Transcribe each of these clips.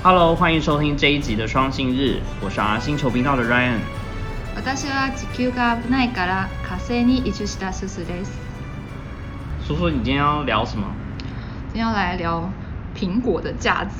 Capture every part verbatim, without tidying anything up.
Hello， 欢迎收听这一集的双星日，我是 R 星球频道的 Ryan。 私は地球が危ないから火星に移住した苏苏です。 叔叔，你今天要聊什么？ 今天要来聊苹果的架子。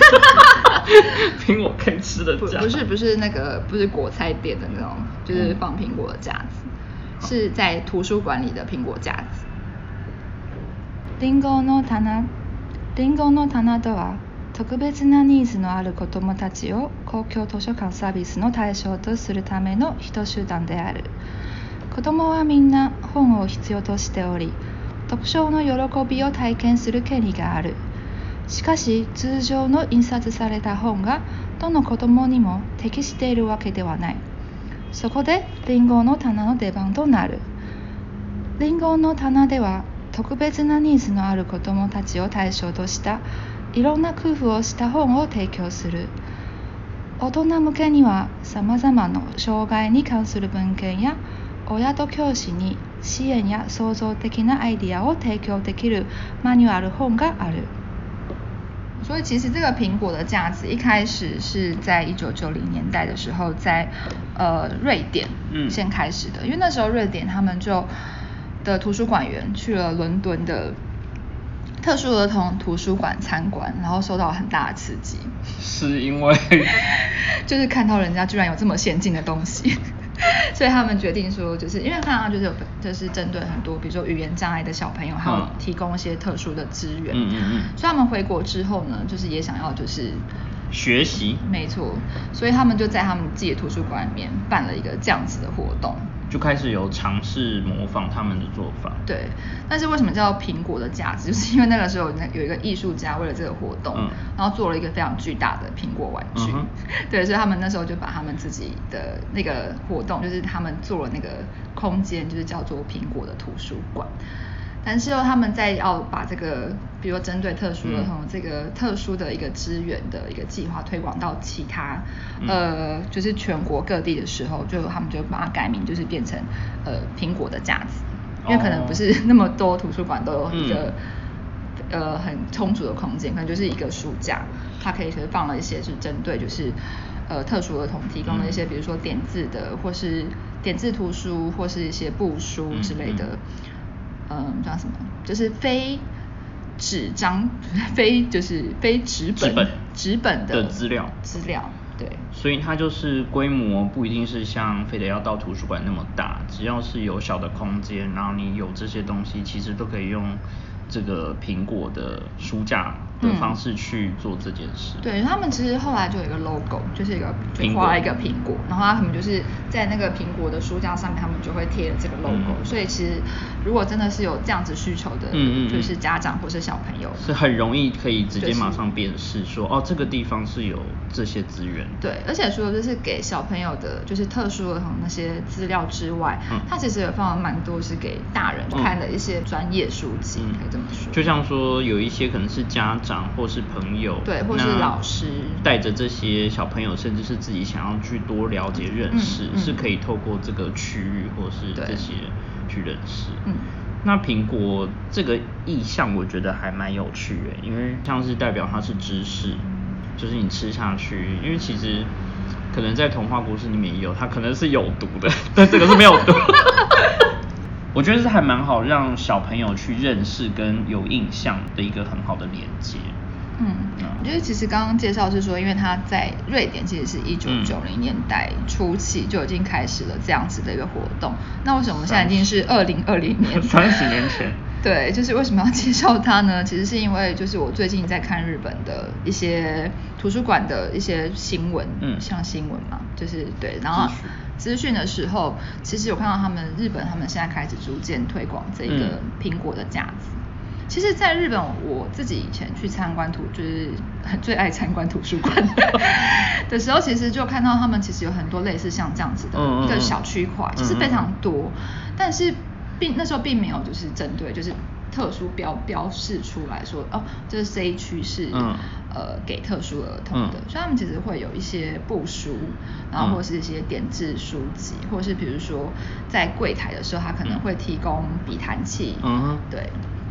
苹果可以吃的架？ 不是不是那个不是果菜店的那种，就是放苹果的架子，嗯、是在图书馆里的苹果架子。リンゴの棚、リンゴの棚とは特別なニーズのある子どもたちを公共図書館サービスの対象とするための一集団である。子どもはみんな本を必要としており、読書の喜びを体験する権利がある。しかし通常の印刷された本がどの子どもにも適しているわけではない。そこでリンゴの棚の出番となる。リンゴの棚では特別なニーズのある子どもたちを対象としたいろんな工夫をした本を提供する。大人向けにはさまざまな障害に関する文献や親と教師に支援や創造的なアイディアを提供できるマニュアル本がある。所以其实这个苹果的架子一开始是在一九九零年代的时候在呃瑞典先开始的，嗯、因为那时候瑞典他们就的图书馆员去了伦敦的特殊儿童图书馆参观，然后受到很大的刺激。 是因为就是看到人家居然有这么先进的东西，所以他们决定说，就是因为看到就是有就是针对很多比如说语言障碍的小朋友，还有提供一些特殊的资源。嗯嗯嗯。所以他们回国之后呢，就是也想要就是学习。 没错，所以他们就在他们自己的图书馆里面办了一个这样子的活动。 就开始有尝试模仿他们的做法。 对，但是为什么叫苹果的架子？就是因为那个时候有一个艺术家为了这个活动，嗯、然后做了一个非常巨大的苹果玩具。嗯、对，所以他们那时候就把他们自己的那个活动，就是他们做了那个空间，就是叫做苹果的图书馆。但是他们在要把这个，比如说针对特殊儿童、嗯、这个特殊的一个资源的一个计划推广到其他、嗯、呃，就是全国各地的时候，就他们就把它改名，就是变成呃苹果的架子，因为可能不是那么多图书馆都有一个、嗯、呃很充足的空间，可能就是一个书架，它可以放了一些是针对就是呃特殊儿童提供了一些，比如说点字的，或是点字图书，或是一些布书之类的。嗯嗯嗯，叫什么？就是非纸张，非就是非纸本，纸本纸本的资料资料，对。 所以它就是规模不一定是像非得要到图书馆那么大，只要是有小的空间，然后你有这些东西，其实都可以用这个苹果的书架的方式去做这件事。 嗯、对他们其实后来就有一个 logo， 就是一个就画了一个苹果，然后他们就是在那个苹果的书架上面，他们就会贴了这个 logo、嗯。所以其实如果真的是有这样子需求的，嗯嗯就是家长或是小朋友， 是很容易可以直接马上辨识说，哦，这个地方是有这些资源。 对，而且除了就是给小朋友的，就是特殊儿童那些资料之外，嗯，它其实也放了蛮多是给大人看的一些专业书籍，嗯、可以这么说。 就像说有一些可能是家长或是朋友， 对，或是老师带着这些小朋友，甚至是自己想要去多了解认识，嗯嗯、是可以透过这个区域或是这些去认识。嗯，那苹果这个意象我觉得还蛮有趣的，因为像是代表它是知识，就是你吃下去，因为其实可能在童话故事里面也有，它可能是有毒的，但这个是没有毒。我觉得是还蛮好让小朋友去认识跟有印象的一个很好的连接。 嗯，我觉得其实刚刚介绍是说，因为他在瑞典其实是一九九零年代初期就已经开始了这样子的一个活动。那为什么我们现在已经是二零二零年？ 三十年前。 对，就是为什么要介绍它呢？其实是因为就是我最近在看日本的一些图书馆的一些新闻，嗯，像新闻嘛，就是对，然后资讯的时候，其实有看到他们日本他们现在开始逐渐推广这个苹果的架子。嗯其实，在日本，我自己以前去参观图，就是很最爱参观图书馆的时候，其实就看到他们其实有很多类似像这样子的一个小区块，其实非常多，但是并那时候并没有就是针对就是特殊标标示出来说，哦，这是这一区是、嗯、呃给特殊儿童的、嗯，所以他们其实会有一些布书，然后或是一些点字书籍，或者是比如说在柜台的时候，他可能会提供笔弹器，嗯，对。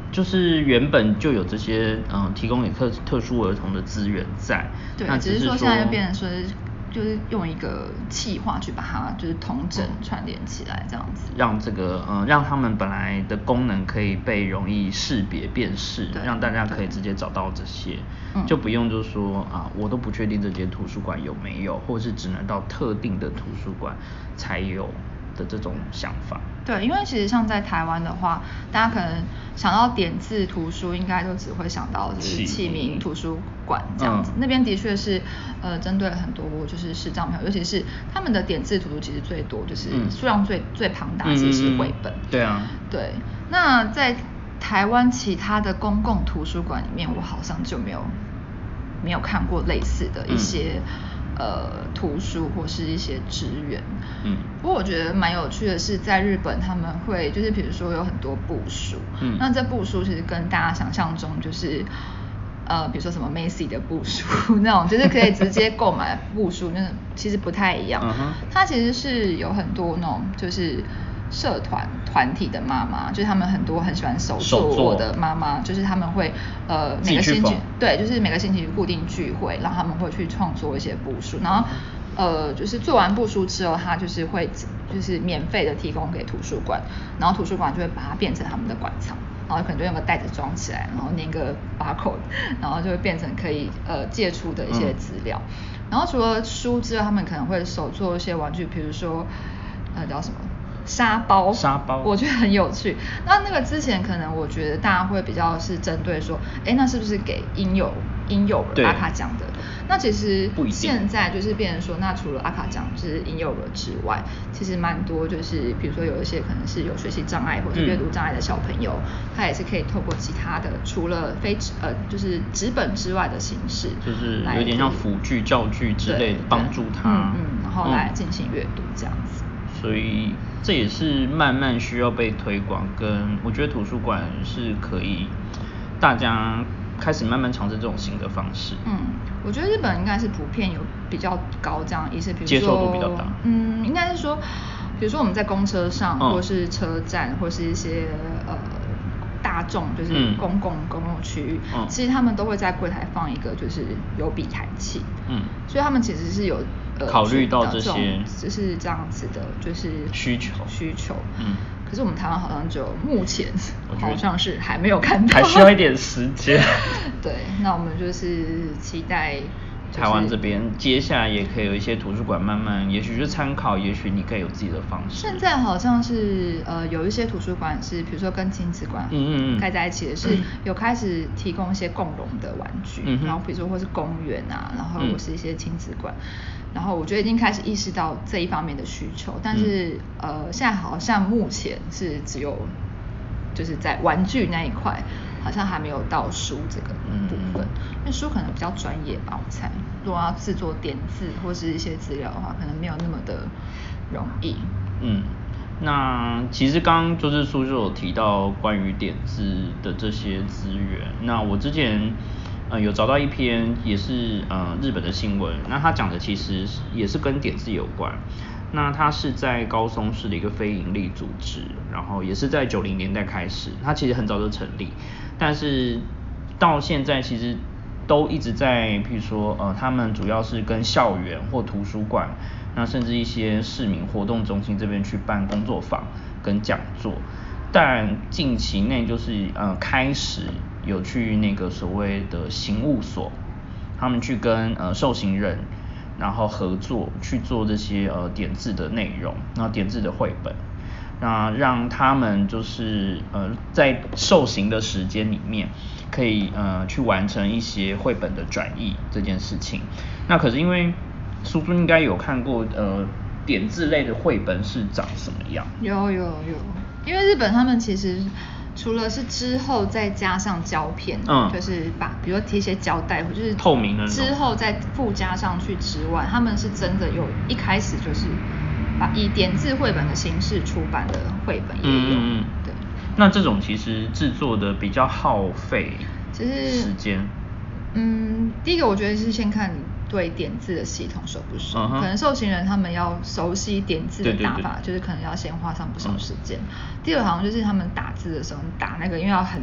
就是原本就有这些嗯提供给特特殊儿童的资源在， 对， 那只是说现在就变成说就是用一个企划去把它就是统整串联起来这样子， 让这个嗯让他们本来的功能可以被容易识别辨识，让大家可以直接找到这些，就不用就是说啊我都不确定这间图书馆有没有，或是只能到特定的图书馆才有的这种想法。 对，因为其实像在台湾的话，大家可能想到点字图书，应该都只会想到就是启明图书馆这样子。嗯、那边的确是呃针对很多就是视障朋友，尤其是他们的点字图书其实最多，就是数量最、嗯、最庞大，其实是绘本。 嗯嗯对啊。 对，那在台湾其他的公共图书馆里面，我好像就没有没有看过类似的一些。嗯呃，图书或是一些资源，嗯，不过我觉得蛮有趣的是，在日本他们会就是比如说有很多部书，嗯，那这部书其实跟大家想象中就是呃，比如说什么 Macy 的部书那种，就是可以直接购买部书，那其实不太一样，嗯哼，它其实是有很多那种就是社团团体的妈妈，就是他们很多很喜欢手作的妈妈，就是他们会呃每个星期对，就是每个星期固定聚会，然后他们会去创作一些部书，然后呃就是做完部书之后，他就是会就是免费的提供给图书馆，然后图书馆就会把它变成他们的馆藏，然后可能就用个袋子装起来，然后粘个 barcode， 然后就会变成可以呃借出的一些资料。嗯、然后除了书之外，他们可能会手做一些玩具，比如说呃叫什么？沙包， 沙包， 我觉得很有趣。那那个之前可能我觉得大家会比较是针对说，哎，那是不是给婴幼婴幼儿阿卡奖的？那其实现在就是变成说，那除了阿卡奖就是婴幼儿之外，其实蛮多就是比如说有一些可能是有学习障碍或者阅读障碍的小朋友，嗯、他也是可以透过其他的除了非呃就是纸本之外的形式， 就是有点像辅具、教具之类的帮助他， 嗯嗯，然后来进行阅读这样子。 所以这也是慢慢需要被推广，跟我觉得图书馆是可以大家开始慢慢尝试这种新的方式。 嗯，我觉得日本应该是普遍有比较高这样意识，比如说接受度比较大。 嗯，应该是说，比如说我们在公车上，嗯、或是车站，或是一些呃大众就是公共、嗯、公共区域，嗯、其实他们都会在柜台放一个就是有笔弹器。嗯，所以他们其实是有。呃、 考虑到这些就是这样子的，就是需求需求。嗯，可是我们台湾好像就目前好像是还没有看到， 还需要一点时间。 对，那我们就是期待。 台湾这边接下来也可以有一些图书馆慢慢，也许是参考，也许你可以有自己的方式。 现在好像是呃有一些图书馆是，比如说跟亲子馆嗯嗯盖在一起的是，嗯、有开始提供一些共融的玩具，嗯、然后比如说或是公园啊，然后或是一些亲子馆，嗯、然后我觉得已经开始意识到这一方面的需求，但是、嗯、呃现在好像目前是只有就是在玩具那一块。好像还没有到书这个部分，嗯、因为书可能比较专业吧，我猜。如果要制作点字或是一些资料的话，可能没有那么的容易。 嗯，那其实刚刚就是书就有提到关于点字的这些资源。那我之前呃有找到一篇也是呃日本的新闻，那他讲的其实也是跟点字有关。那它是在高松市的一个非营利组织，然后也是在九零年代开始，它其实很早就成立，但是到现在其实都一直在，譬如说呃，他们主要是跟校园或图书馆，那甚至一些市民活动中心这边去办工作坊跟讲座，但近期内就是呃开始有去那个所谓的刑务所，他们去跟呃受刑人。然后合作去做这些呃点字的内容，然后点字的绘本，那让他们就是呃在受刑的时间里面，可以呃去完成一些绘本的转译这件事情。那可是因为苏苏应该有看过呃点字类的绘本是长什么样？ 有有有，因为日本他们其实。除了是之后再加上胶片，嗯，就是把比如说贴一些胶带，或就是透明的之后再附加上去之外，他们是真的有一开始就是把以点字绘本的形式出版的绘本也有，嗯嗯对。 那这种其实制作的比较耗费时间。嗯， 第一个我觉得是先看对点字的系统熟不熟，嗯、可能受刑人他们要熟悉点字的打法，对对对就是可能要先花上不少时间。嗯、第二好像就是他们打字的时候，你打那个因为要很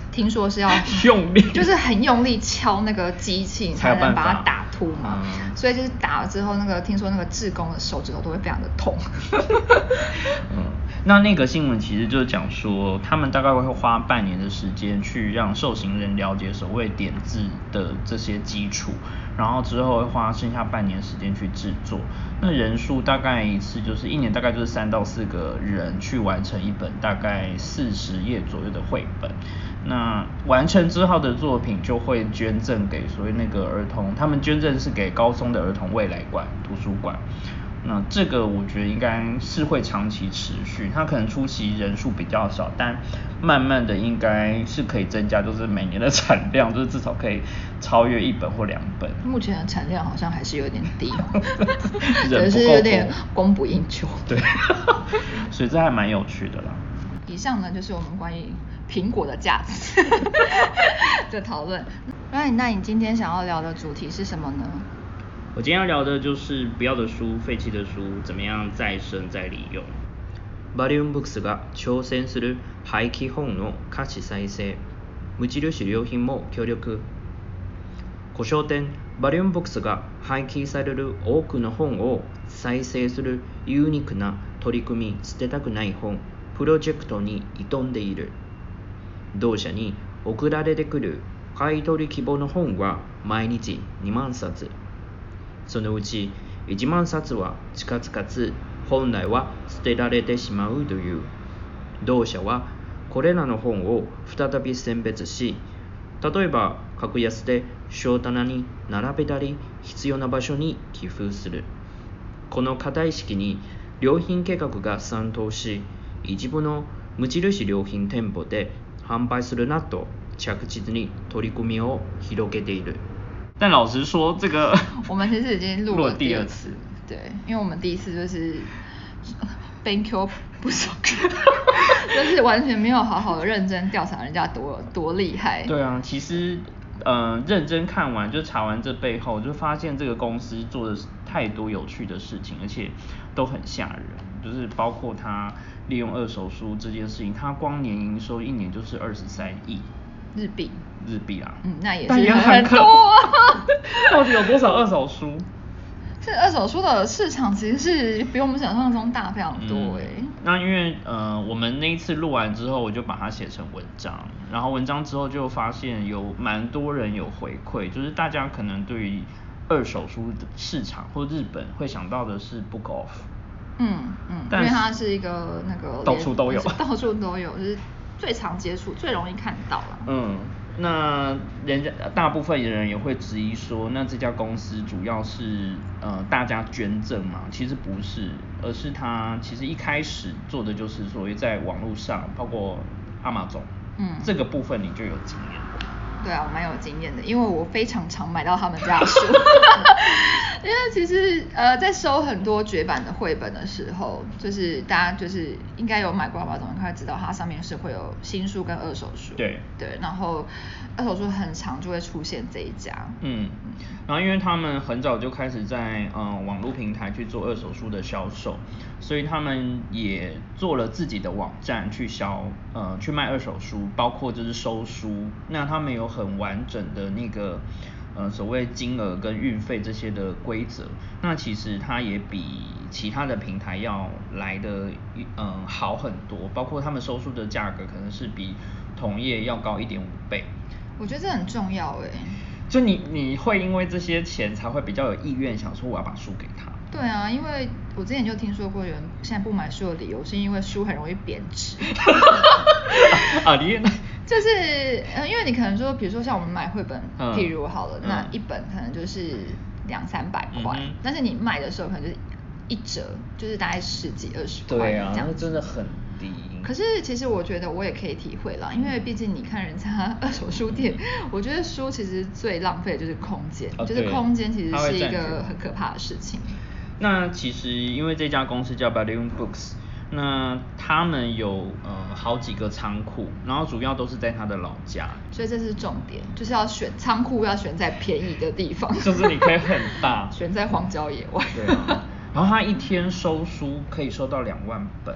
听说是要用力， 就是很用力敲那个机器才能把它打秃嘛，嗯、所以就是打了之后，那个听说那个志工的手指头都会非常的痛。 嗯，那那个新闻其实就是讲说，他们大概会花半年的时间去让受刑人了解所谓点字的这些基础，然后之后会花剩下半年时间去制作。那人数大概一次就是一年大概就是三到四个人去完成一本大概四十页左右的绘本。那完成之后的作品就会捐赠给所谓那个儿童，他们捐赠是给高松的儿童未来馆图书馆。那这个我觉得应该是会长期持续，它可能初期人数比较少，但慢慢的应该是可以增加，就是每年的产量，就是至少可以超越一本或两本。 目前的产量好像还是有点低哦，可是有点供不应求。 对，所以这还蛮有趣的啦。 以上呢就是我们关于苹果的价值的讨论。那你那你今天想要聊的主题是什么呢？ 我今天要聊的就是不要的书、废棄的書怎么样再生再利用。バリウムブックスが挑戦する廃棄本の価値再生、無印良品も協力。古書店バリウムブックスが廃棄される多くの本を再生するユニークな取り組み、捨てたくない本プロジェクトに挑んでいる。同社に送られてくる買取希望の本は毎日にまんさつ。そのうちいちまんさつは近々かつ本来は捨てられてしまうという。同社はこれらの本を再び選別し、例えば格安で書棚に並べたり必要な場所に寄付する。この課題意識に良品計画が賛同し、一部の無印良品店舗で販売するなど着実に取り組みを広げている。但老实说，这个我们其实已经录了第二次，对，因为我们第一次就是勉強不足，就是完全没有好好的认真调查人家多多厉害。 对啊，其实呃认真看完就查完这背后，就发现这个公司做的太多有趣的事情，而且都很吓人。就是包括他利用二手书这件事情，他光年营收一年就是二十三亿日币。 日币啦， 嗯，那也是很很多啊。 到底有多少二手书？ 这二手书的市场其实是比我们想象中大非常多哎、 嗯。那因为呃，我们那一次录完之后，我就把它写成文章，然后文章之后就发现有蛮多人有回馈，就是大家可能对于二手书的市场或日本会想到的是 Book Off。 嗯嗯，因为它是一个那个到处都有， 到处都有，就是最常接触、最容易看到了。 嗯。那人家大部分人也会质疑说，那这家公司主要是呃大家捐赠嘛？其实不是，而是他其实一开始做的就是所谓在网络上，包括Amazon，嗯，这个部分你就有经验。 对啊，我蛮有经验的，因为我非常常买到他们家的书。因为其实呃在收很多绝版的绘本的时候，就是大家就是应该有买过吧，总应该知道它上面是会有新书跟二手书。 对对，然后二手书很常就会出现这一家。嗯， 然后因为他们很早就开始在呃网络平台去做二手书的销售，所以他们也做了自己的网站去销呃去卖二手书，包括就是收书。那他们有很完整的那个呃所谓金额跟运费这些的规则，那其实它也比其他的平台要来的嗯、呃、好很多，包括他们收书的价格可能是比同业要高一点五倍。 我觉得这很重要哎， 就你你会因为这些钱才会比较有意愿想说我要把书给他。 对啊，因为我之前就听说过有人现在不买书的理由是因为书很容易贬值。 啊，你就是呃，因为你可能说，比如说像我们买绘本， 嗯、 譬如好了， 嗯、 那一本可能就是两三百块、嗯，但是你卖的时候可能就是一折，就是大概十几二十块这样。 对啊，那真的很低。 可是其实我觉得我也可以体会啦，因为毕竟你看人家二手书店，我觉得书其实最浪费的就是空间、哦，就是空间其实是一个很可怕的事情。 那其实因为这家公司叫 Balloon Books， 那他们有呃好几个仓库，然后主要都是在他的老家， 所以这是重点，就是要选仓库要选在便宜的地方， 就是你可以很大， 选在荒郊野外。 对啊，然后他一天收书可以收到两万本。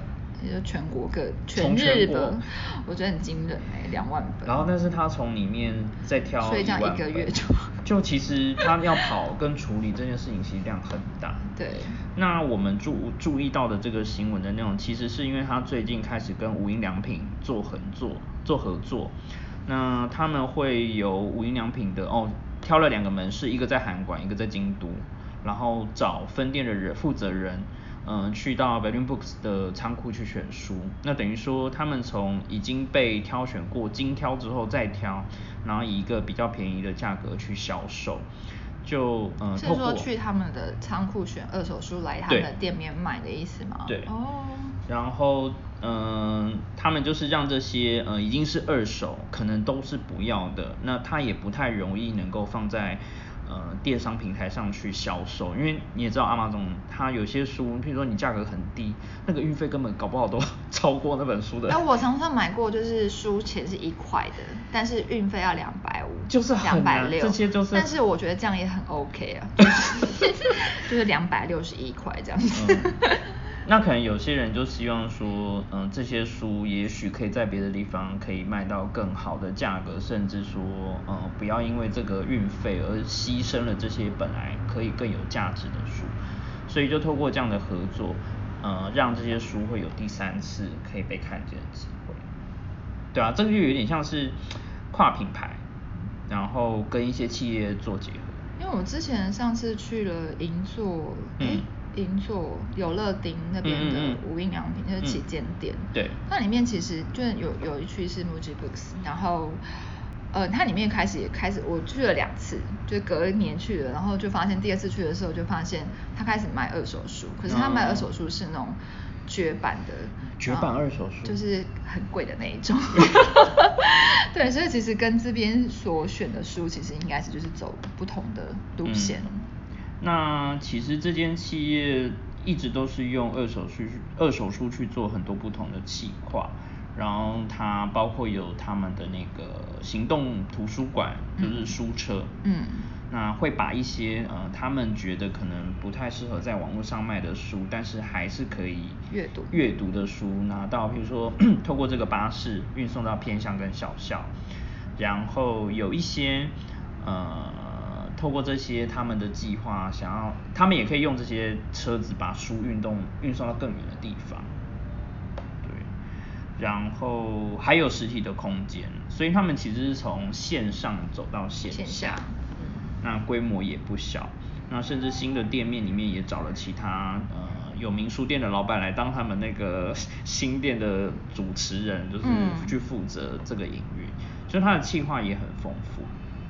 也就全国各全日本，我觉得很惊人哎、欸，两万本。 然后但是他从里面再挑一万本， 所以这样一个月就就其实他要跑跟处理这件事情其实量很大。 对。 那我们注注意到的这个新闻的内容，其实是因为他最近开始跟无印良品做合作，做合作。那他们会有无印良品的哦，挑了两个门市，一个在函馆，一个在京都，然后找分店的人负责人，嗯、呃，去到 Berlin Books 的仓库去选书。那等于说他们从已经被挑选过精挑之后再挑，然后以一个比较便宜的价格去销售。就嗯， 是说去他们的仓库选二手书来他们的店面卖的意思吗？ 对。 哦。 然后嗯、呃，他们就是让这些呃已经是二手，可能都是不要的，那它也不太容易能够放在呃电商平台上去销售，因为你也知道Amazon它有些书，譬如说你价格很低，那个运费根本搞不好都超过那本书的。 哎，我常常买过，就是书钱是一块的，但是运费要两百五， 就是两百六， 这些就是。 但是我觉得这样也很 OK 啊，就是就是两百六十一块这样子。 嗯那可能有些人就希望说，嗯，这些书也许可以在别的地方可以卖到更好的价格，甚至说，嗯，不要因为这个运费而牺牲了这些本来可以更有价值的书，所以就透过这样的合作，呃，让这些书会有第三次可以被看见的机会。对啊，这个就有点像是跨品牌，然后跟一些企业做结合。 因为我之前上次去了银座，嗯。银座有乐町那边的无印良品，嗯嗯、就是旗舰店。 对。 它里面其实就有有一区是 Muji Books， 然后呃，它里面开始也开始我去了两次，就隔一年去了，然后就发现第二次去的时候就发现它开始卖二手书，可是它卖二手书是那种绝版的。 绝版二手书。 就是很贵的那一种。对，所以其实跟这边所选的书其实应该是就是走不同的路线。嗯， 那其实这间企业一直都是用二手书、二手书去做很多不同的企划，然后它包括有他们的那个行动图书馆，就是书车，嗯，那会把一些呃他们觉得可能不太适合在网络上卖的书，但是还是可以阅读阅读的书拿到，比如说透过这个巴士运送到偏乡跟小校，然后有一些呃。透过这些他们的计划，想要他们也可以用这些车子把书运动运送到更远的地方，对，然后还有实体的空间，所以他们其实是从线上走到线下， 线下那规模也不小，那甚至新的店面里面也找了其他呃有名书店的老板来当他们那个新店的主持人，就是去负责这个营运，所以他的企划也很丰富。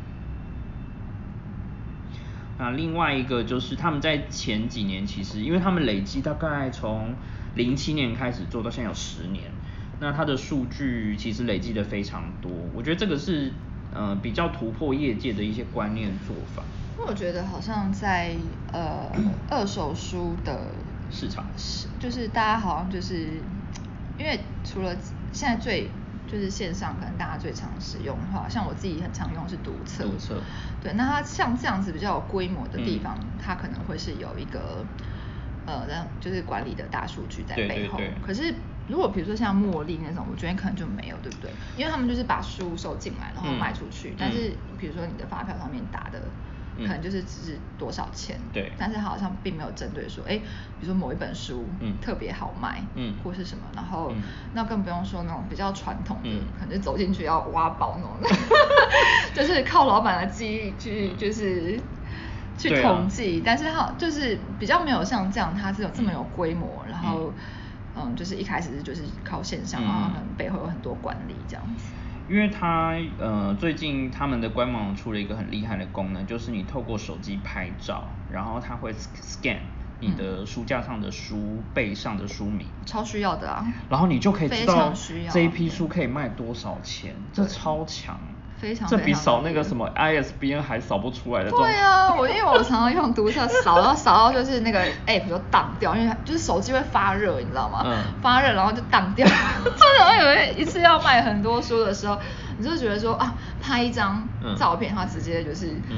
那另外一个就是他们在前几年，其实因为他们累积大概从零七年开始做到现在有十年，那它的数据其实累积的非常多，我觉得这个是呃比较突破业界的一些观念做法。 因为我觉得好像在呃二手书的市场， 就是大家好像就是因为除了现在最就是线上可能大家最常使用的话，像我自己很常用是读册。 读册。 对，那它像这样子比较有规模的地方，嗯、它可能会是有一个呃，就是管理的大数据在背后。 对对对。 可是如果比如说像茉莉那种，我觉得可能就没有，对不对？因为他们就是把书收进来，然后卖出去。嗯、但是比如说你的发票上面打的。可能就是只是多少钱， 对， 但是它好像并没有针对说，哎，比如说某一本书，嗯，特别好卖，嗯，或是什么，然后，嗯、那更不用说那种比较传统的，嗯、可能就走进去要挖宝那种，就是靠老板的记忆去，就是去统计，啊、但是它就是比较没有像这样，它是有这么有规模，然后，嗯，嗯就是一开始就是靠线上，嗯、然后可能背后有很多管理这样子。 因为它呃最近他们的官网出了一个很厉害的功能，就是你透过手机拍照，然后它会 scan 你的书架上的书背上的书名， 超需要的啊。 然后你就可以知道这一批书可以卖多少钱，这超强。 非常这比扫那个什么 I S B N 还扫不出来的。 对啊，我因为我常常用读册扫，然后扫到就是那个 app 就当掉，因为就是手机会发热，你知道吗？嗯。发热然后就当掉。真的，我以为一次要卖很多书的时候，你就觉得说啊，拍一张照片，它直接就是，嗯，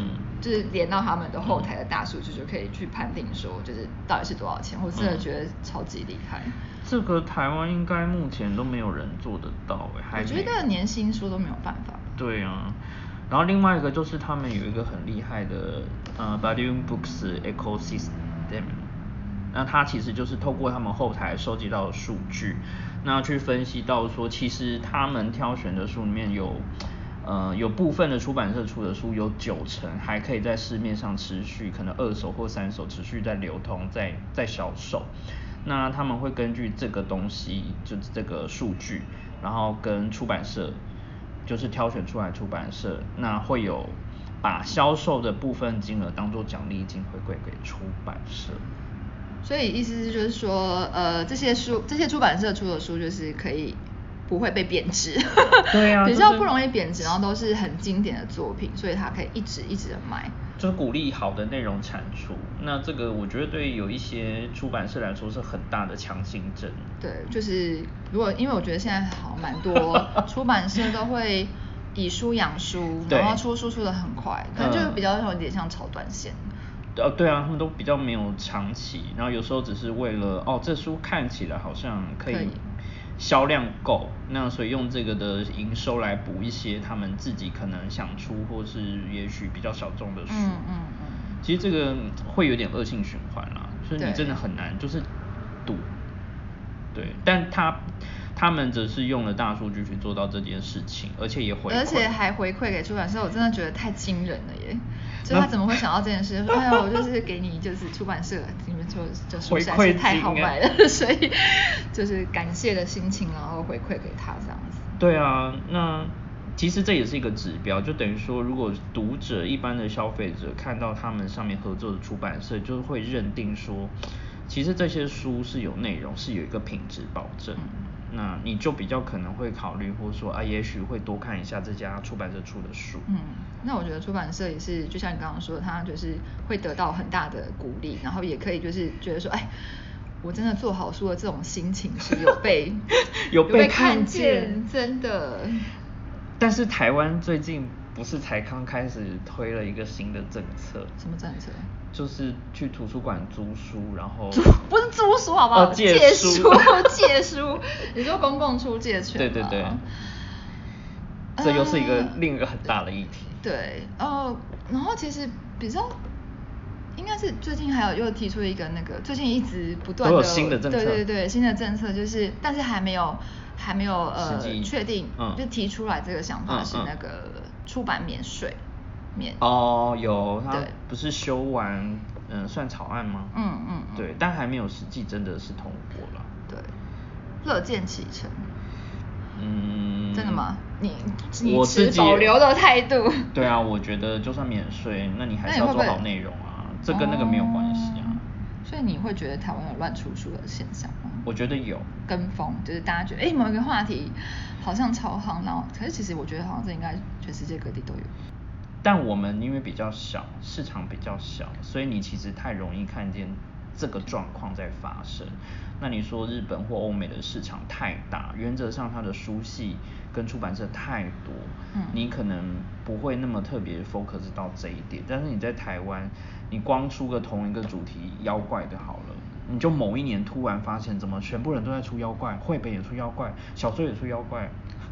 就是连到他们的后台的大数据，就可以去判定说，就是到底是多少钱。我真的觉得超级厉害。嗯、 这个台湾应该目前都没有人做得到哎， 我觉得连新书都没有办法。 对啊。然后另外一个就是他们有一个很厉害的呃 Baidu Books Ecosystem， 那它其实就是透过他们后台收集到的数据，那去分析到说，其实他们挑选的书里面有呃有部分的出版社出的书有九成还可以在市面上持续可能二手或三手持续在流通，在在销售。那他们会根据这个东西，就是这个数据，然后跟出版社。就是挑选出来出版社，那会有把销售的部分金额当做奖励金回馈给出版社。 所以意思就是说，呃，这些书，这些出版社出的书就是可以不会被贬值， 对啊， 比较不容易贬值，然后都是很经典的作品，所以它可以一直一直的卖。 就是鼓励好的内容产出，那这个我觉得对有一些出版社来说是很大的强心针。 对，就是如果因为我觉得现在好像蛮多出版社都会以书养书，然后出书出的很快，可能就比较有点像炒短线。 呃，对啊，他们都比较没有长期，然后有时候只是为了哦，这书看起来好像可以销量够，那所以用这个的营收来补一些他们自己可能想出或是也许比较小众的书。 嗯嗯嗯。 其实这个会有点恶性循环啦，所以你真的很难就是赌。对，但他他们则是用了大数据去做到这件事情，而且也回馈， 而且还回馈给出版社，我真的觉得太惊人了耶！就他怎么会想到这件事？说哎呀，我就是给你就是出版社你们做这书实在是太好卖了，所以就是感谢的心情，然后回馈给他这样子。 对啊，那其实这也是一个指标，就等于说，如果读者一般的消费者看到他们上面合作的出版社，就会认定说，其实这些书是有内容，是有一个品质保证。嗯，那你就比较可能会考虑，或者说啊，也许会多看一下这家出版社出的书。 嗯，那我觉得出版社也是，就像你刚刚说的，他就是会得到很大的鼓励，然后也可以就是觉得说，哎，我真的做好书的这种心情是有被有被看见，真的。 但是台湾最近不是才刚开始推了一个新的政策？ 什么政策？ 就是去图书馆租书，然后不是租书好不好？ 哦、借书，借书。你说公共出借权？ 对对对。这又是一个、呃、另一个很大的议题。 对，呃，然后其实比较，应该是最近还有又提出一个那个，最近一直不断的都有新的政策， 对对对，新的政策就是，但是还没有还没有呃确定、嗯，就提出来这个想法是那个出版免税。免哦，有，他不是修完，嗯、呃，算草案吗？ 嗯嗯， 对，但还没有实际真的是通过了。 对，乐见其成。 嗯， 真的吗？你你持保留的态度？ 对啊，我觉得就算免税，那你还是要做好内容啊，这跟那个没有关系啊。 哦、所以你会觉得台湾有乱出书的现象吗？ 我觉得有。 跟风，就是大家觉得哎某一个话题好像超夯，然后可是其实我觉得好像这应该全世界各地都有。 但我们因为比较小，市场比较小，所以你其实太容易看见这个状况在发生。那你说日本或欧美的市场太大，原则上它的书系跟出版社太多，嗯，你可能不会那么特别 focus 到这一点。但是你在台湾，你光出个同一个主题妖怪的好了，你就某一年突然发现，怎么全部人都在出妖怪，绘本也出妖怪，小说也出妖怪。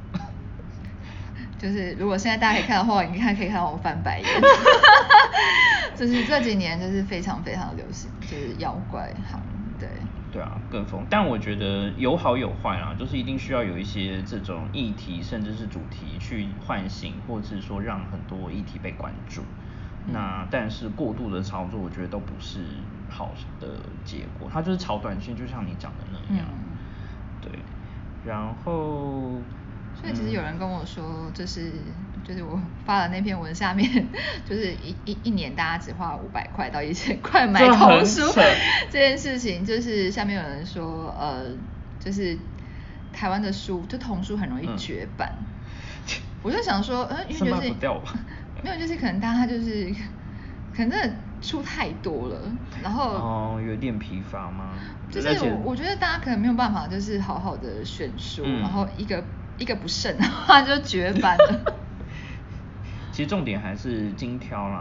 就是如果现在大家可以看的话，你看可以看到我翻白眼。就是这几年就是非常非常流行，就是妖怪行，对。 对啊，跟风。但我觉得有好有坏啦，就是一定需要有一些这种议题甚至是主题去唤醒，或者是说让很多议题被关注。嗯、那但是过度的操作，我觉得都不是好的结果。它就是炒短线，就像你讲的那样。嗯、对，然后。 所以其实有人跟我说，就是就是我发的那篇文下面，就是一一一年大家只花五百块到一千块买童书这件事情，就是下面有人说，呃，就是台湾的书就童书很容易绝版。嗯、我就想说，呃，因为就是不掉吧没有，就是可能大家就是可能真的出太多了，然后哦有点疲乏吗？ 就是我我觉得大家可能没有办法，就是好好的选书，嗯、然后一个。一个不慎的话就绝版了。 其实重点还是精挑啦，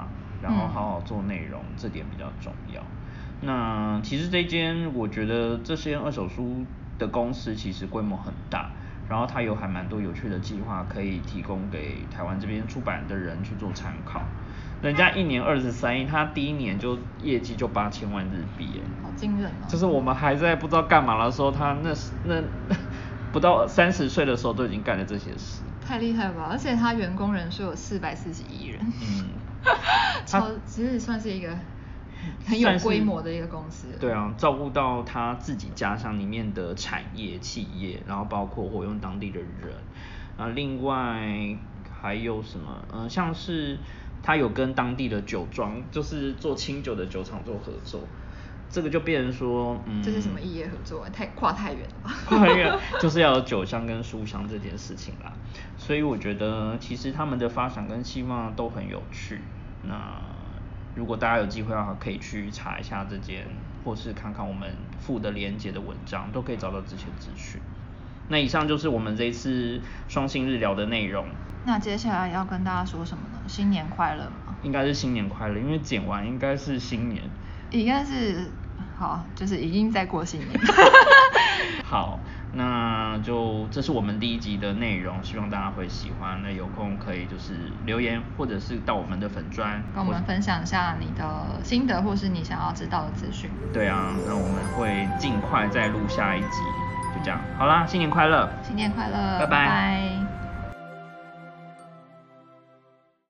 然后好好做内容，嗯、这点比较重要。那其实这间我觉得这些二手书的公司其实规模很大，然后它有还蛮多有趣的计划可以提供给台湾这边出版的人去做参考。人家一年二十三亿，他第一年就业绩就八千万日币，哎， 好惊人哦！ 就是我们还在不知道干嘛的时候，他那那不到三十岁的时候都已经干了这些事， 太厉害了吧！而且他员工人数有四百四十一人，嗯，超其实算是一个很有规模的一个公司。 对啊，照顾到他自己家乡里面的产业企业，然后包括活用当地的人，啊，另外还有什么？嗯、呃，像是。他有跟当地的酒庄，就是做清酒的酒厂做合作，这个就变成说，嗯， 这是什么异业合作？太跨太远了吧？ 跨太远，就是要有酒香跟书香这件事情啦。所以我觉得其实他们的发展跟希望都很有趣。那如果大家有机会的话，可以去查一下这件，或是看看我们附的连结的文章，都可以找到这些资讯。那以上就是我们这一次双星日聊的内容。 那接下来要跟大家说什么呢？新年快乐吗？ 应该是新年快乐，因为剪完应该是新年。 应该是，好，就是已经在过新年。 好，那就这是我们第一集的内容，希望大家会喜欢。那有空可以就是留言，或者是到我们的粉专跟我们分享一下你的心得，或是你想要知道的资讯。 对啊，那我们会尽快再录下一集。就这样，好啦，新年快乐！ 新年快乐， 拜拜。 拜拜。